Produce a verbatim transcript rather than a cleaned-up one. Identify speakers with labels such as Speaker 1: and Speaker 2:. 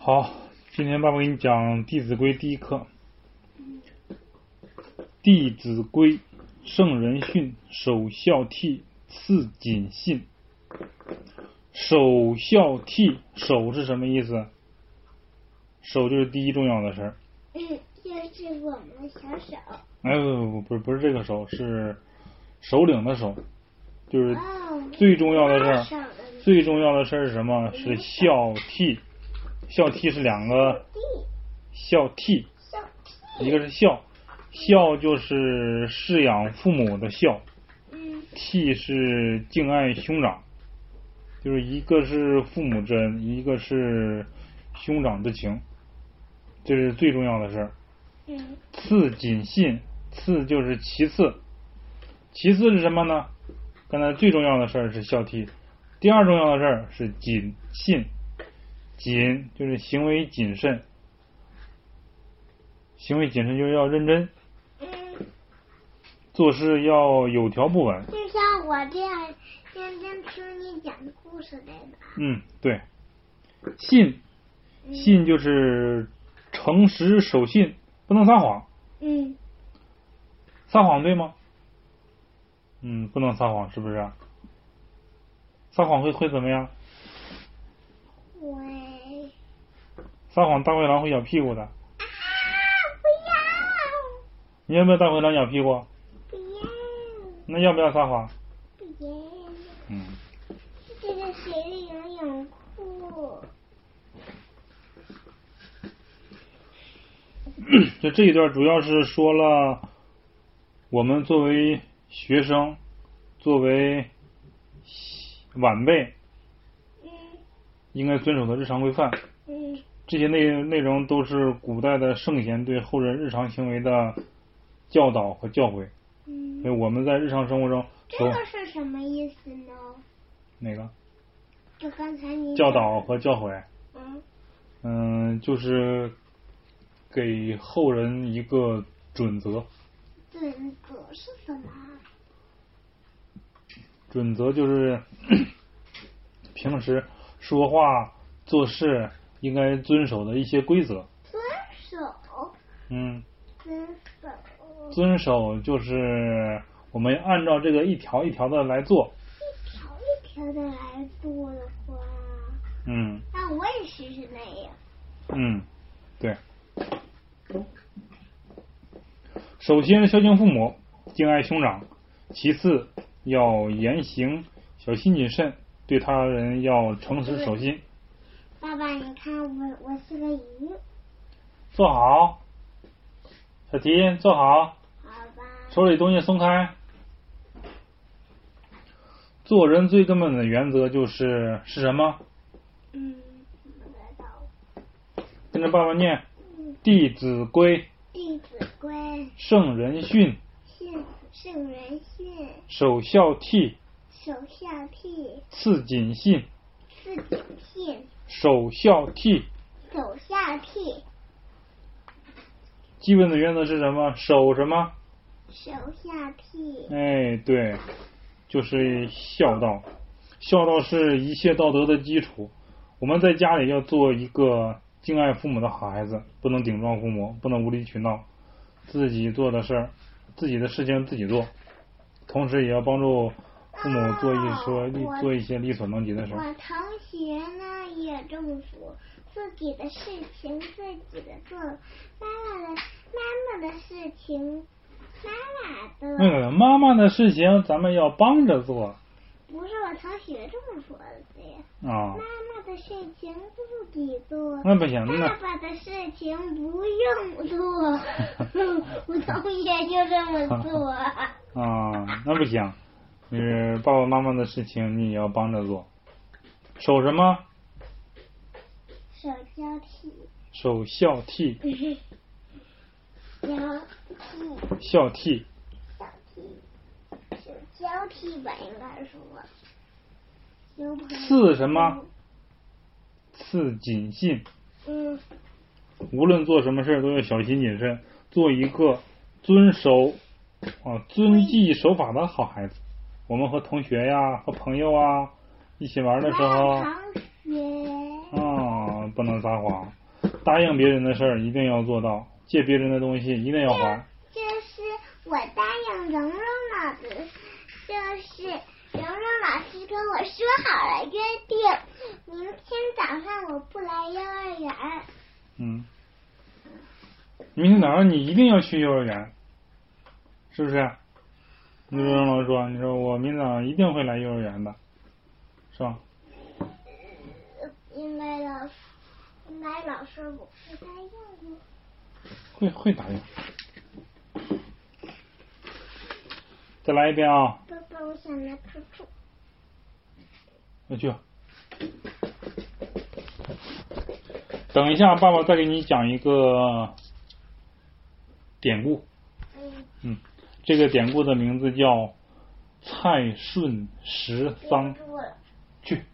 Speaker 1: 好，今天爸爸给你讲《弟子规》第一课。弟子规，圣人训，首孝悌，次谨信。首孝悌，首是什么意思？首就是第一重要的事儿。
Speaker 2: 嗯，就是我们的小手。
Speaker 1: 哎不不不是不是这个手，是首领的首，就是最重要的事儿。哦、最重要的事儿是什么？是孝悌。孝悌是两个，孝悌，一个是孝，孝就是侍养父母的孝，悌是敬爱兄长，就是一个是父母之恩，一个是兄长之情，这是最重要的事儿。次谨信，次就是其次，其次是什么呢？刚才最重要的事儿是孝悌，第二重要的事儿是谨信。谨就是行为谨慎，行为谨慎就是要认真，
Speaker 2: 嗯、
Speaker 1: 做事要有条不紊。
Speaker 2: 就像我这样认真听你讲故事对吧？
Speaker 1: 嗯，对。信，信就是诚实守信，不能撒谎。
Speaker 2: 嗯。
Speaker 1: 撒谎对吗？嗯，不能撒谎，是不是？撒谎会会怎么样？
Speaker 2: 会。
Speaker 1: 撒谎大灰狼会咬屁股的。
Speaker 2: 啊！不要！
Speaker 1: 你要不要大灰狼咬屁股？
Speaker 2: 不要。
Speaker 1: 那要不要撒谎？
Speaker 2: 不要。
Speaker 1: 嗯。
Speaker 2: 这是谁的游泳裤？
Speaker 1: 就这一段主要是说了我们作为学生，作为晚辈，
Speaker 2: 嗯，应
Speaker 1: 该遵守的日常规范。
Speaker 2: 嗯。
Speaker 1: 这些内内容都是古代的圣贤对后人日常行为的教导和教诲。
Speaker 2: 嗯。
Speaker 1: 所以我们在日常生活中。
Speaker 2: 这个是什么意思呢？
Speaker 1: 哪个？
Speaker 2: 就刚才你
Speaker 1: 教导和教诲。
Speaker 2: 嗯。
Speaker 1: 嗯，就是给后人一个准则。
Speaker 2: 准则是什么？
Speaker 1: 准则就是平时说话做事应该遵守的一些规则。
Speaker 2: 遵守。
Speaker 1: 嗯。
Speaker 2: 遵守。
Speaker 1: 遵守就是我们按照这个一条一条的来做。
Speaker 2: 一条一条的来做的话，
Speaker 1: 嗯。
Speaker 2: 那我也试试那样。
Speaker 1: 嗯，对。首先孝敬父母，敬爱兄长，其次要言行小心谨慎，对他人要诚实守信。
Speaker 2: 爸爸，你看我我是个鱼。
Speaker 1: 坐好，小提，坐好。
Speaker 2: 好吧。
Speaker 1: 手里东西松开。做人最根本的原则就是是什么？
Speaker 2: 嗯，不知道。
Speaker 1: 跟着爸爸念。嗯、弟子规。
Speaker 2: 弟子规。
Speaker 1: 圣人训。
Speaker 2: 训圣人训。
Speaker 1: 首孝悌。
Speaker 2: 首孝悌。
Speaker 1: 次谨信。
Speaker 2: 次谨信。
Speaker 1: 首孝悌。
Speaker 2: 首孝悌。
Speaker 1: 基本的原则是什么？守什么？
Speaker 2: 首孝悌。
Speaker 1: 哎，对，就是孝道。孝道是一切道德的基础。我们在家里要做一个敬爱父母的好孩子，不能顶撞父母，不能无理取闹，自己做的事儿，自己的事情自己做，同时也要帮助父母做一说、啊、做一些力所能及的事。
Speaker 2: 我同学呢也这么说，自己的事情自己的做，妈妈的妈妈的事情妈妈的。
Speaker 1: 那个妈妈的事情咱们要帮着做。
Speaker 2: 不是我同学这么说的呀。
Speaker 1: 啊。
Speaker 2: 妈妈的事情自己做。
Speaker 1: 那不行，那
Speaker 2: 爸爸的事情不用做。我同学就这么做。
Speaker 1: 啊，那不行。就是爸爸妈妈的事情你也要帮着做。守什么？
Speaker 2: 守孝悌。
Speaker 1: 守孝悌。
Speaker 2: 孝悌。
Speaker 1: 孝悌。
Speaker 2: 孝悌。守孝悌吧，应该说。
Speaker 1: 次什么？次谨信。
Speaker 2: 嗯。
Speaker 1: 无论做什么事都要小心谨慎，做一个遵守啊遵纪守法的好孩子。我们和同学呀、和朋友啊一起玩的时候，
Speaker 2: 同学
Speaker 1: 啊， 不能撒谎，答应别人的事儿一定要做到，借别人的东西一定要还。
Speaker 2: 这是我答应蓉蓉老师，就是蓉蓉老师跟我说好了约定，明天早上我不来幼儿园。
Speaker 1: 嗯，明天早上你一定要去幼儿园，是不是？你蓉蓉老师说，你说我明天早上一定会来幼儿园的，是吧？
Speaker 2: 因为老师，因为老师我会答应吗？
Speaker 1: 会会答应。再来一遍啊！
Speaker 2: 爸爸，我想来吃醋。
Speaker 1: 回去。等一下，爸爸再给你讲一个典故。
Speaker 2: 嗯。
Speaker 1: 嗯，这个典故的名字叫蔡顺十丧。去。